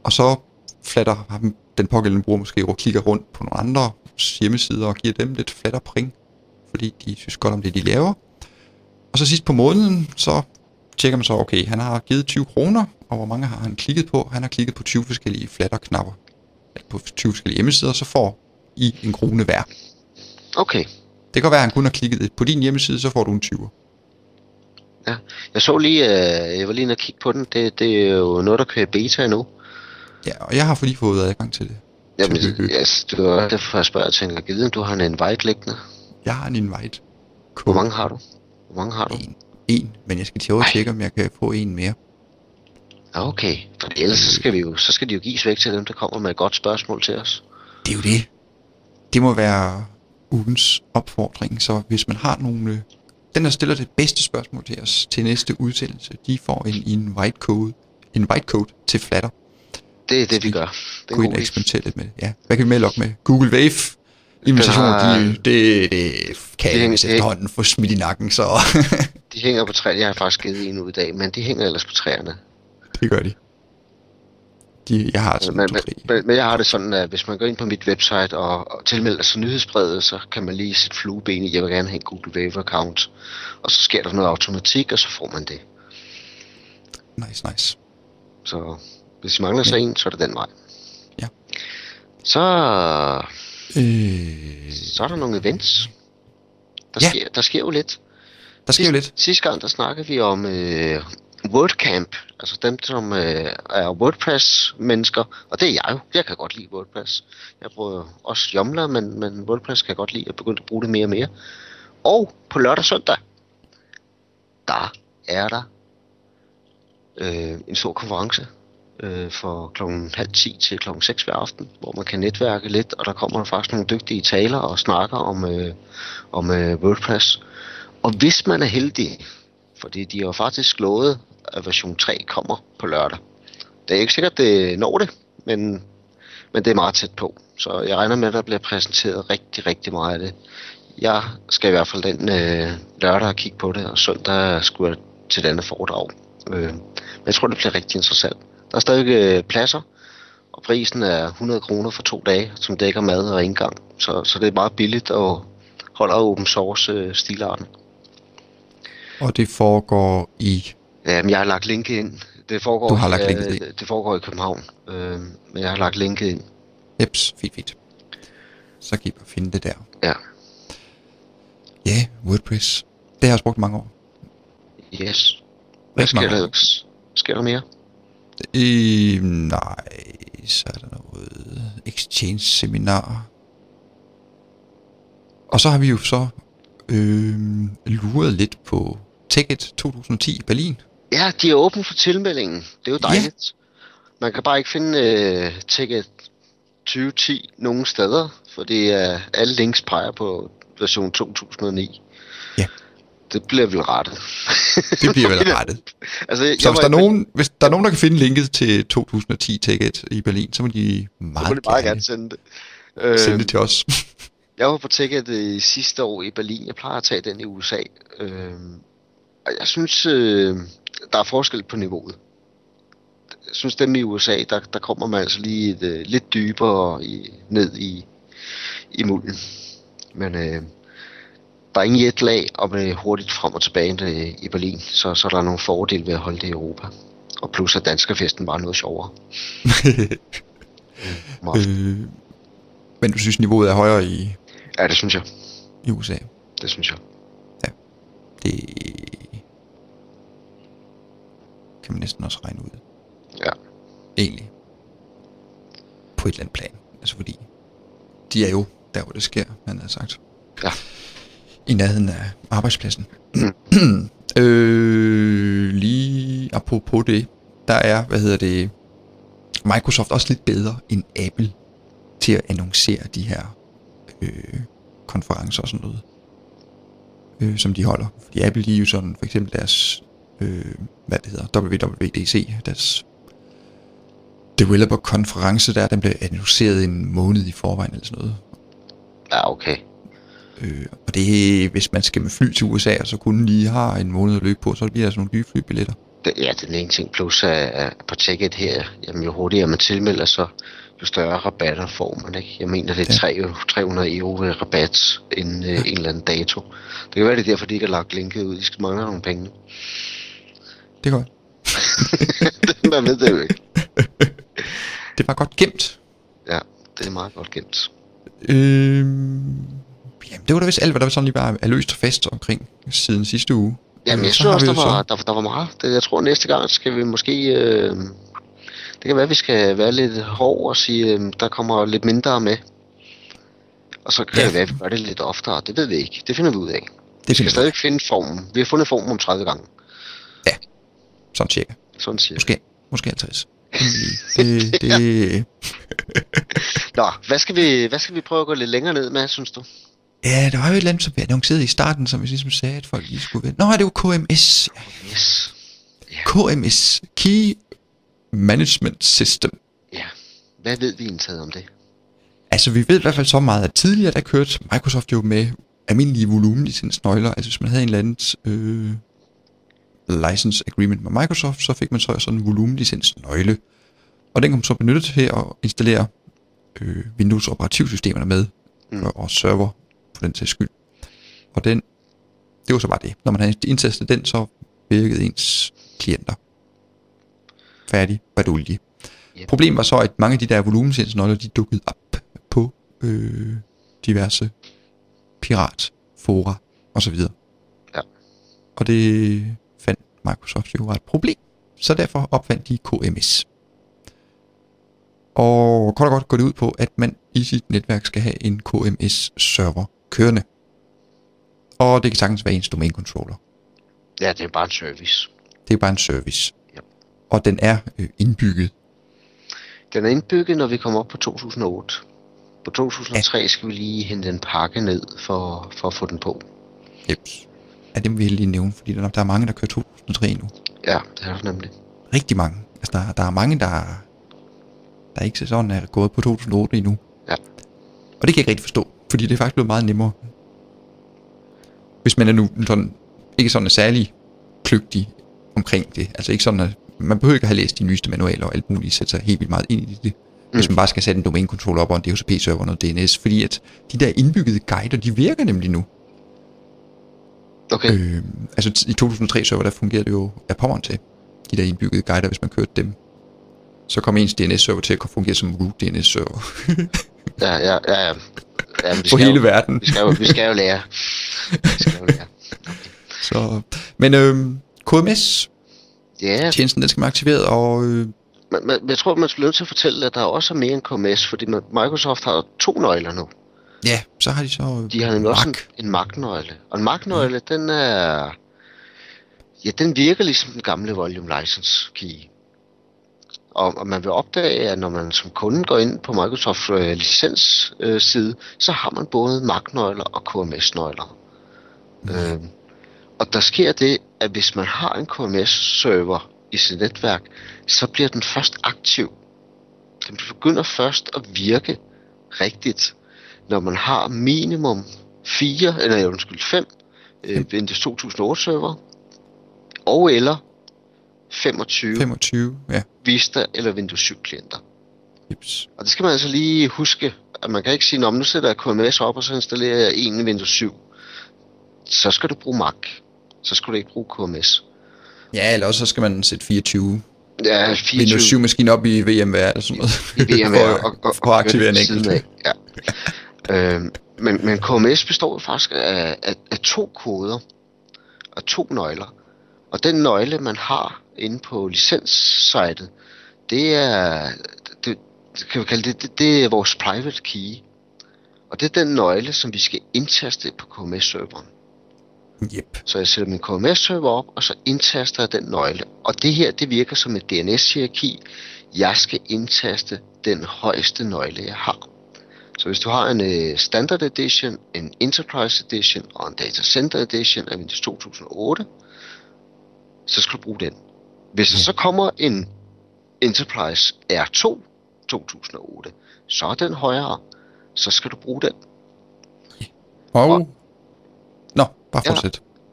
Og så flatter ham den pågældende bruger måske og klikker rundt på nogle andre hjemmesider og giver dem lidt flatterpring, fordi de synes godt om det, de laver. Og så sidst på måneden, så tjekker man så, okay, han har givet 20 kroner, og hvor mange har han klikket på? Han har klikket på 20 forskellige flatterknapper, på 20 forskellige hjemmesider, så får I en krone hver. Okay. Det kan godt være, at han kun har klikket på din hjemmeside, så får du en 20'er. Ja, jeg så lige, jeg var lige inde og kigge på den. Det er jo noget, der kører beta nu. Ja, og jeg har lige fået adgang til det. Jamen, yes, det var derfor, jeg spørger, jeg tænker, givet om du har en invite liggende? Jeg har en invite. Hvor mange har du? En, men jeg skal til at tjekke, om jeg kan få en mere. Ja, okay. For ellers så skal de jo gives væk til dem, der kommer med et godt spørgsmål til os. Det er jo det. Det må være ugens opfordring, så hvis man har nogle... Den, der stiller det bedste spørgsmål til os til næste udsendelse, de får en invite code til Flatter. Det er det, vi gør. Gå ind og eksperimentere lidt med det. Ja. Hvad kan vi melde op med? Google Wave invitationer, det kan jeg efterhånden få smidt i nakken, så... De hænger på træerne. Jeg har faktisk givet en ud i dag, men de hænger ellers på træerne. Det gør de. Jeg har sådan men jeg har det sådan, at hvis man går ind på mit website og tilmelder sig nyhedsbrevet, så kan man lige sætte flueben i, jeg vil gerne have en Google Wave account. Og så sker der noget automatik, og så får man det. Nice. Så hvis I mangler sig en, så er det den vej. Ja. Så er der nogle events. Der sker jo lidt. Sidste gang, der snakkede vi om WordCamp. Altså dem, som er WordPress-mennesker. Og det er jeg jo. Jeg kan godt lide WordPress. Jeg bruger også Joomla, men WordPress kan jeg godt lide. Jeg begyndte at bruge det mere og mere. Og på lørdag og søndag, der er der en stor konference fra klokken 9:30 til klokken 6 hver aften, hvor man kan netværke lidt, og der kommer faktisk nogle dygtige taler og snakker om WordPress. Og hvis man er heldig, fordi de har faktisk lovet, at version 3 kommer på lørdag. Det er ikke sikkert, det når det, men det er meget tæt på. Så jeg regner med, at der bliver præsenteret rigtig, rigtig meget af det. Jeg skal i hvert fald den lørdag kigge på det, og søndag skulle jeg til denne foredrag. Men jeg tror, det bliver rigtig interessant. Der er stadig pladser, og prisen er 100 kroner for 2 dage, som dækker mad og indgang. Så det er meget billigt og holder open source stilarten. Og det foregår i... Jamen, jeg har lagt linket ind. Du har lagt linket ind? Det foregår i København, men jeg har lagt linket ind. Jeps, fint. Så kan I bare finde det der. Ja. Ja, WordPress. Det har jeg brugt mange år. Yes. Hvad sker der mere? Nej, så er der noget Exchange seminar. Og så har vi jo så luret lidt på TechEd 2010 i Berlin. Ja, de er åbne for tilmeldingen. Det er jo dejligt. Ja. Man kan bare ikke finde TechEd 2010 nogen steder, fordi alle links peger på version 2009. Ja. Det bliver vel rettet. Det bliver vel rettet. Altså, så hvis der er nogen, der kan finde linket til 2010 TechEd i Berlin, så må de meget gerne sende det. Sende det til os. Jeg var på TechEd sidste år i Berlin. Jeg plejer at tage den i USA. Og jeg synes, der er forskel på niveauet. Jeg synes, dem i USA, der kommer man altså lige lidt dybere ned i mulden. Men der er ingen jetlag, og med hurtigt frem og tilbage i Berlin, så der er nogle fordele ved at holde det i Europa. Og plus at danskerfesten var noget sjovere. Men du synes, niveauet er højere i... Ja, det synes jeg. I USA? Det synes jeg. Ja. Det kan man næsten også regne ud. Ja. Egentlig. På et eller andet plan. Altså fordi, de er jo der, hvor det sker, man har sagt. Ja. I nærheden af arbejdspladsen. Lige apropos det, der er, Microsoft også lidt bedre end Apple til at annoncere de her konferencer og sådan noget, som de holder. Fordi Apple, de er jo sådan, for eksempel deres, WWDC, deres developer-konference der, den blev annonceret en måned i forvejen eller sådan noget. Ja, okay. Og det, hvis man skal med fly til USA, og så kun lige har en måned at løbe på, så bliver der sådan nogle dyre flybilletter. Ja, den ene ting. Plus på Ticket her, jamen, jo hurtigere man tilmelder sig, jo større rabatter får man, ikke? Jeg mener, det er 300 euro rabat en eller anden dato. Det kan være, det er derfor, de ikke har lagt linket ud. De skal mangle nogle penge. Det er godt. Man ved det jo ikke. Det var godt gemt. Ja, det er meget godt gemt. Jamen, det var da vist alt, hvad der sådan lige bare er løst og fast omkring siden sidste uge. Jamen, jeg synes også, der var meget. Jeg tror, næste gang skal vi måske... det kan være, at vi skal være lidt hård og sige, der kommer lidt mindre med. Og så kan det være, at vi gør det lidt oftere. Det ved vi ikke. Det finder vi ud af. Vi skal stadig finde formen. Vi har fundet formen om 30 gange. Ja, sådan cirka. Sådan cirka. Måske 50. Nå, hvad skal vi prøve at gå lidt længere ned med, synes du? Ja, der var jo et eller andet, som vi annoncerede i starten, som vi ligesom sagde, at folk lige skulle vente. Nå, det var KMS. Yes. Yeah. KMS, Key Management System. Ja, hvad ved vi indtaget om det? Altså, vi ved i hvert fald så meget, at tidligere der kørte Microsoft jo med almindelige volumenlicensnøgler. Altså, hvis man havde en eller anden license agreement med Microsoft, så fik man så sådan en volumenlicensnøgle. Og den kan man så benytte til at installere Windows operativsystemerne med, og server for den sags skyld. Og det var så bare det. Når man havde indtastet den, så virkede ens klienter. Færdig, badulje. Yep. Problemet var så, at mange af de der volumenlicensnøgler, de dukkede op på diverse piratfora og så videre. Ja. Og det fandt Microsoft jo var et problem. Så derfor opfandt de KMS. Og kort og godt går det ud på, at man i sit netværk skal have en KMS-server kørende. Og det kan sagtens være ens domain controller. Ja, det er bare en service. Det er bare en service. Ja. Og den er indbygget. Den er indbygget, når vi kommer op på 2008. På 2003 skal vi lige hente en pakke ned for at få den på. Jeps. Ja, det må vi lige nævne, fordi der er mange, der kører 2003 nu. Ja, det er der nemlig. Rigtig mange. Altså, der er mange, der ikke sådan er gået på 2008 endnu. Ja. Og det kan jeg ikke rigtig forstå, fordi det er faktisk blevet meget nemmere. Hvis man er nu sådan, ikke sådan særlig kløgtig omkring det. Altså ikke sådan, at man behøver ikke at have læst de nyeste manualer og alt muligt, sætte sig helt vildt meget ind i det. Hvis man bare skal sætte en domain controller op og en DHCP-server og noget DNS. Fordi at de der indbyggede guider, de virker nemlig nu. Okay. Altså i 2003-server, der fungerede det jo af pommeren til. De der indbyggede guider, hvis man kørte dem. Så kom ens DNS-server til at fungere som root DNS-server. Ja. Jamen, på hele verden. Vi skal jo lære. Okay. Så, men KMS, tjenesten, den skal man aktivere, og... Men jeg tror, man skal nødt til at fortælle, at der også er mere end KMS, fordi Microsoft har 2 nøgler nu. Ja, så har de så... De har nemlig også en Mac-nøgle. Og en Mac-nøgle, den er... Ja, den virker ligesom den gamle volume license key. Og man vil opdage, at når man som kunde går ind på Microsoft licens side, så har man både Mac-nøgler og KMS-nøgler. Og der sker det, at hvis man har en KMS-server i sit netværk, så bliver den først aktiv. Den begynder først at virke rigtigt, når man har minimum 5 Windows 2008 server og eller 25 ja. Vista eller Windows 7 klienter. Jeps. Og det skal man altså lige huske, at man kan ikke sige, nu sætter jeg KMS op, og så installerer jeg en Windows 7. Så skal du bruge Mac. Så skal du ikke bruge KMS. Ja, eller også så skal man sætte 24 24 Windows 7 maskiner op i VMware eller sådan noget. I VMware for at aktivere en enkelt. Ja. Men KMS består jo faktisk af 2 koder og 2 nøgler. Og den nøgle, man har inde på licenssitet, det kan vi kalde det er vores private key. Og det er den nøgle, som vi skal indtaste på KMS-serveren. Yep. Så jeg sætter min KMS-server op, og så indtaster jeg den nøgle. Og det her, det virker som et DNS-hierarki. Jeg skal indtaste den højeste nøgle, jeg har. Så hvis du har en Standard Edition, en Enterprise Edition og en Data Center Edition af Windows 2008, så skal du bruge den. Hvis der så kommer en Enterprise R2 2008, så er den højere, så skal du bruge den. Bare fortsæt.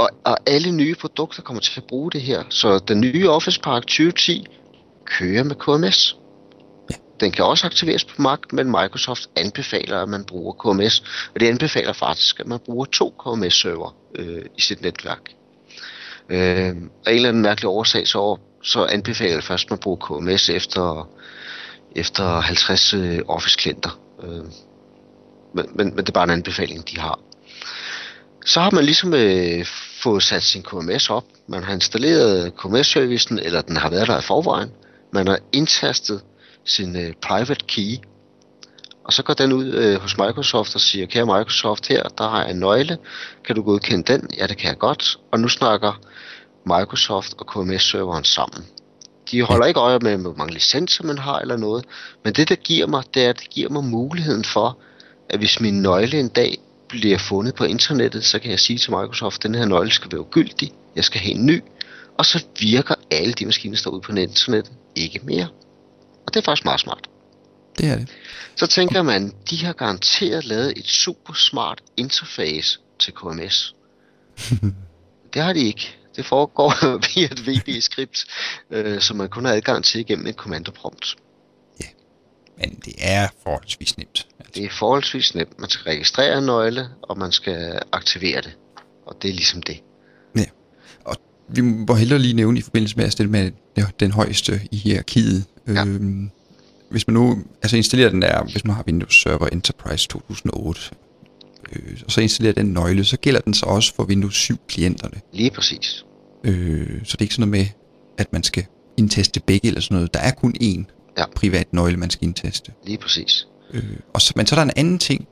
Og alle nye produkter kommer til at bruge det her. Så den nye Office Park 2010 kører med KMS. Ja. Den kan også aktiveres på Mac, men Microsoft anbefaler, at man bruger KMS. Og det anbefaler faktisk, at man bruger 2 KMS-server i sit netværk. Af en eller anden mærkelig årsag, så anbefaler det først, at man bruger KMS efter 50 Office-klienter. Men det er bare en anbefaling, de har. Så har man ligesom fået sat sin KMS op. Man har installeret KMS-servicen, eller den har været der i forvejen. Man har indtastet sin private key. Og så går den ud hos Microsoft og siger, kære Microsoft, her, der har jeg en nøgle. Kan du godkende den? Ja, det kan jeg godt. Og nu snakker Microsoft og KMS-serveren sammen. De holder ikke øje med, hvor mange licenser man har eller noget. Men det giver mig, det er, at det giver mig muligheden for, at hvis min nøgle en dag bliver fundet på internettet, så kan jeg sige til Microsoft, at den her nøgle skal være ugyldig. Jeg skal have en ny. Og så virker alle de maskiner, der står ude på internettet, ikke mere. Og det er faktisk meget smart. Det er det. Så tænker man, de har garanteret lavet et super smart interface til KMS. Det har de ikke. Det foregår via et VB-skript, som man kun har adgang til igennem en kommandoprompt. Ja, men det er forholdsvis nemt. Altså. Det er forholdsvis nemt. Man skal registrere en nøgle, og man skal aktivere det. Og det er ligesom det. Ja, og vi må hellere lige nævne i forbindelse med at stille med den højeste i hierarkiet. Ja. Hvis man nu installerer den der, hvis man har Windows Server Enterprise 2008, og så installerer den nøgle, så gælder den så også for Windows 7 klienterne. Lige præcis. Så det er ikke sådan noget med, at man skal indteste begge eller sådan noget. Der er kun én privat nøgle, man skal indteste. Lige præcis. Men så er der en anden ting,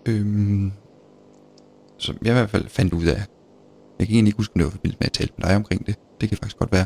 som jeg i hvert fald fandt ud af. Jeg kan egentlig ikke huske noget med at tale med dig omkring det. Det kan faktisk godt være.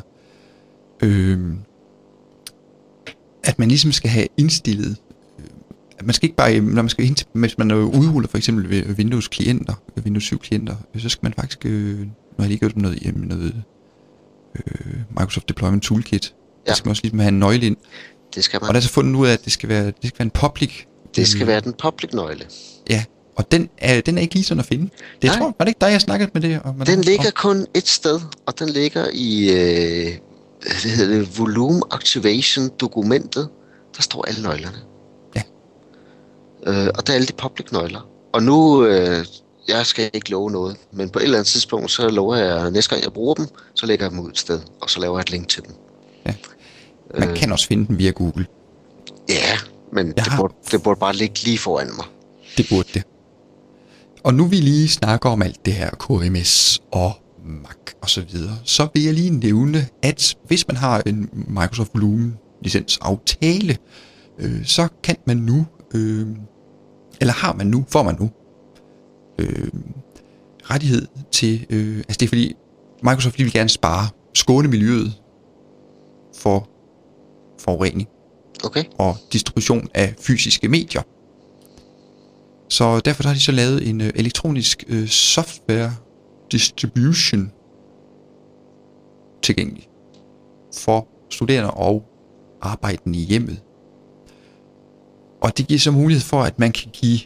At man ligesom skal have indstillet, at man skal ikke bare, når man skal hvis man udruller for eksempel ved Windows klienter, Windows 7 klienter, så skal man faktisk, nu har jeg lige gjort noget Microsoft Deployment Toolkit, der skal man også ligesom have en nøgle ind. Det skal man. Og der er så fundet ud af, at det skal være en public. Det skal være den public nøgle. Ja, og den er ikke lige sådan at finde. Det tror jeg, var det ikke dig, jeg snakkede med det? Og den ligger kun et sted, og den ligger i det hedder Volume Activation dokumentet. Der står alle nøglerne. Ja. Og der er alle de public nøgler. Og nu, jeg skal ikke love noget, men på et eller andet tidspunkt, så lover jeg, næste gang jeg bruger dem, så lægger jeg dem ud et sted, og så laver jeg et link til dem. Ja. Man kan også finde dem via Google. Ja, men det burde bare ligge lige foran mig. Det burde det. Og nu vi lige snakker om alt det her KMS og Mac og så videre, så vil jeg lige nævne, at hvis man har en Microsoft Volume licensaftale, så kan man nu, får man nu rettighed til, det er fordi Microsoft vil gerne skåne miljøet for forurening og distribution af fysiske medier. Så derfor har de så lavet en elektronisk software distribution tilgængelig for studerende og arbejdende i hjemmet. Og det giver så mulighed for, at man kan give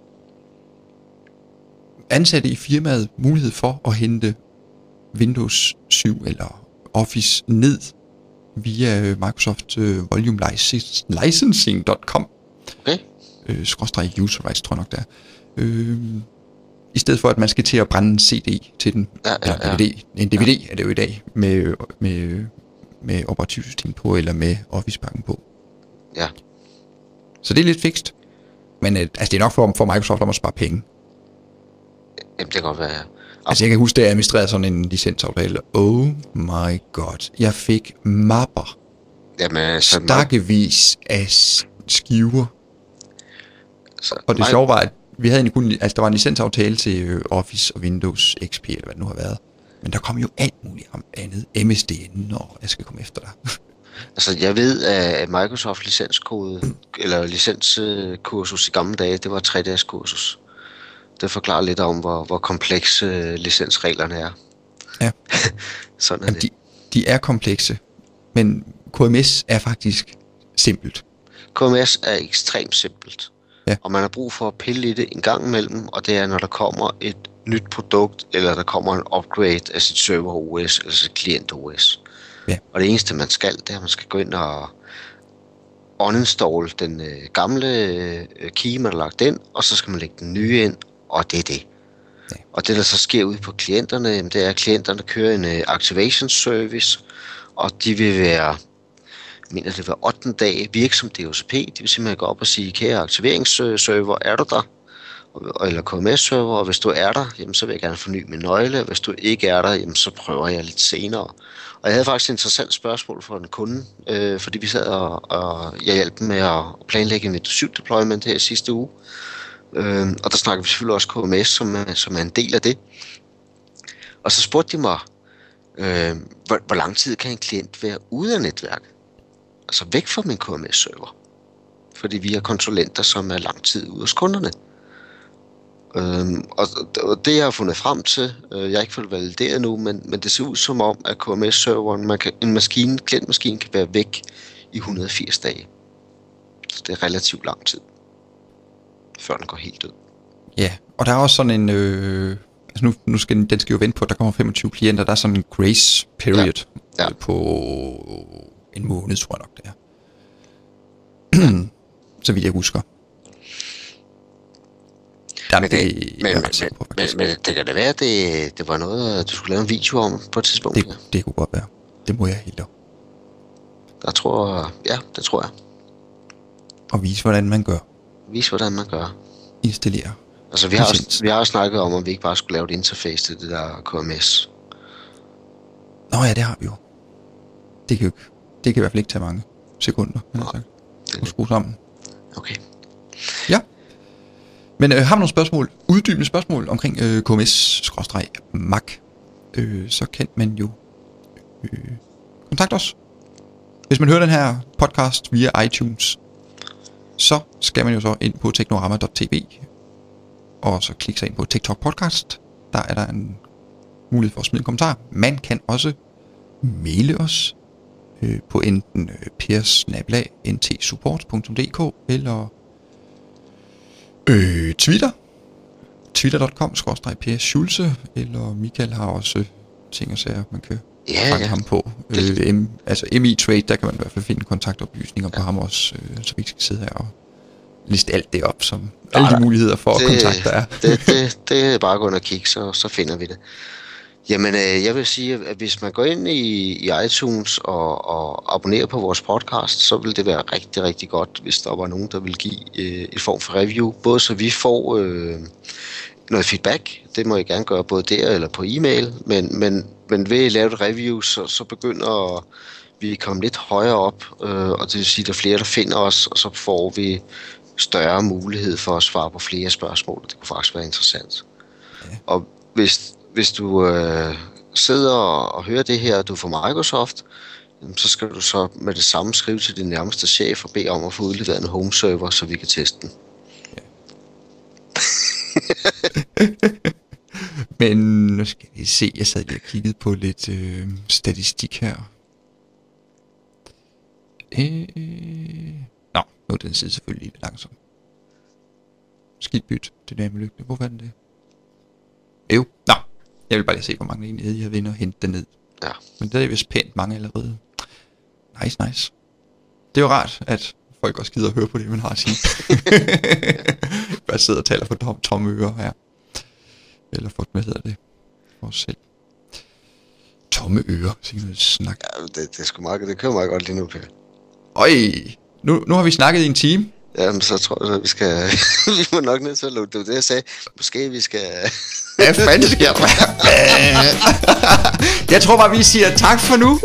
ansatte i firmaet mulighed for at hente Windows 7 eller Office ned via Microsoft Volume Licensing.com. Okay. / user rights, tror jeg nok der. I stedet for at man skal til at brænde en CD til den, eller DVD, en DVD er det jo i dag, med operativsystem på, eller med Office-pakken på. Ja. Så det er lidt fikst. Men det er nok for Microsoft om at spare penge. Jamen, det kan godt være, ja. Jeg kan huske, da jeg administrerede sådan en licensaftale. Oh my god. Jeg fik mapper. Jamen, stakkevis af skiver. Og det sjove var, at vi havde kun, der var en licensaftale til Office og Windows XP, eller hvad det nu har været. Men der kom jo alt muligt om andet. MSDN, og jeg skal komme efter dig. Jeg ved, at Microsoft licenskode, eller licenskursus i gamle dage, det var 3-dages kursus. Det forklarer lidt om, hvor komplekse licensreglerne er. Ja. Sådan er det. De er komplekse, men KMS er faktisk simpelt. KMS er ekstremt simpelt. Ja. Og man har brug for at pille i det en gang imellem, og det er, når der kommer et nyt produkt, eller der kommer en upgrade af sit server OS, eller sit klient OS. Ja. Og det eneste man skal, det er, at man skal gå ind og uninstall den gamle key, man har lagt ind, og så skal man lægge den nye ind, og det er det. Ja. Og det, der så sker ude på klienterne, det er, at klienterne kører en activation service, og de vil være, jeg mener det var 8. dag, virke som DHCP. De vil simpelthen gå op og sige, kære aktiveringsserver, er du der? Eller KMS-server, og hvis du er der, jamen, så vil jeg gerne forny min nøgle, og hvis du ikke er der, jamen, så prøver jeg lidt senere. Og jeg havde faktisk et interessant spørgsmål fra en kunde, fordi vi sad og jeg hjalp dem med at planlægge en Windows 7 deployment her sidste uge. Og der snakker vi selvfølgelig også KMS, som er en del af det. Og så spurgte de mig, hvor lang tid kan en klient være ude af netværket? Altså væk fra min KMS-server. Fordi vi er konsulenter, som er lang tid ude hos kunderne. Og det jeg har fundet frem til, jeg har ikke fået valideret nu, men det ser ud som om, at KMS-serveren, en klientmaskine kan være væk i 180 dage. Så det er relativt lang tid, før den går helt død. Ja, og der er også sådan en, altså nu skal den jo vente på, at der kommer 25 klienter, der er sådan en grace period på en måned, tror jeg nok det er. Så vidt jeg husker. Men det kan da være, det var noget, du skulle lave en video om på et tidspunkt. Det kunne godt være. Det må jeg helt op. Det tror jeg. Og vise, hvordan man gør. Installere. Altså, vi har snakket om vi ikke bare skulle lave et interface til det der KMS. Nå ja, det har vi jo. Det kan i hvert fald ikke tage mange sekunder. Det skrue sammen. Okay. Ja. Men har du nogle spørgsmål, uddybende spørgsmål omkring KMS-Mac, så kan man jo kontakte os. Hvis man hører den her podcast via iTunes, så skal man jo så ind på teknorama.tv, og så klikke sig ind på TikTok Podcast. Der er der en mulighed for at smide en kommentar. Man kan også maile os på enten pers@ntsupport.dk eller Twitter.com/Per Schulze, eller Michael har også ting og sager, man kan fange ham på. Altså MI Trade, der kan man i hvert fald finde kontaktoplysninger på ham også, så vi ikke skal sidde her og liste alt det op, som alle de muligheder for kontakter er. Det er bare at gå ind og kigge, så finder vi det. Jamen, jeg vil sige, at hvis man går ind i iTunes og abonnerer på vores podcast, så vil det være rigtig, rigtig godt, hvis der var nogen, der vil give et form for review. Både så vi får noget feedback, det må I gerne gøre både der eller på e-mail, men ved at lave et review, så begynder vi at komme lidt højere op, og det vil sige, at der er flere, der finder os, og så får vi større mulighed for at svare på flere spørgsmål. Det kunne faktisk være interessant. Ja. Og hvis du sidder og hører det her, og du er fra Microsoft, så skal du så med det samme skrive til din nærmeste chef og bede om at få udleveret en home server, så vi kan teste den. Ja. Men nu skal vi se, jeg sad lige og kiggede på lidt statistik her. Nå, nu er den side selvfølgelig lidt langsom. Skidt byt, det der med lygte. Hvorfor er den det? Jo, nå. Jeg vil bare lige se, hvor mange egentlig jeg vinder og hente den ned. Ja. Men det er vist pænt mange allerede. Nice. Det er jo rart, at folk også gider at høre på det, man har at sige. Bare sidder og taler for tomme ører her. Eller for, hvad hedder det? For os selv. Tomme ører, siger noget snak. Ja, det er sgu meget, det kører meget godt lige nu, Per. Øj, nu har vi snakket i en time. Jamen, så tror jeg, at vi skal... vi må nok ned til at lukke det. Det jeg sagde, måske vi skal... Hvad fanden sker der? Jeg tror bare, vi siger tak for nu.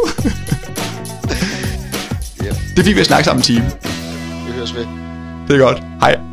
Ja. Det fik vi at snakke sammen en time. Vi høres ved. Det er godt. Hej.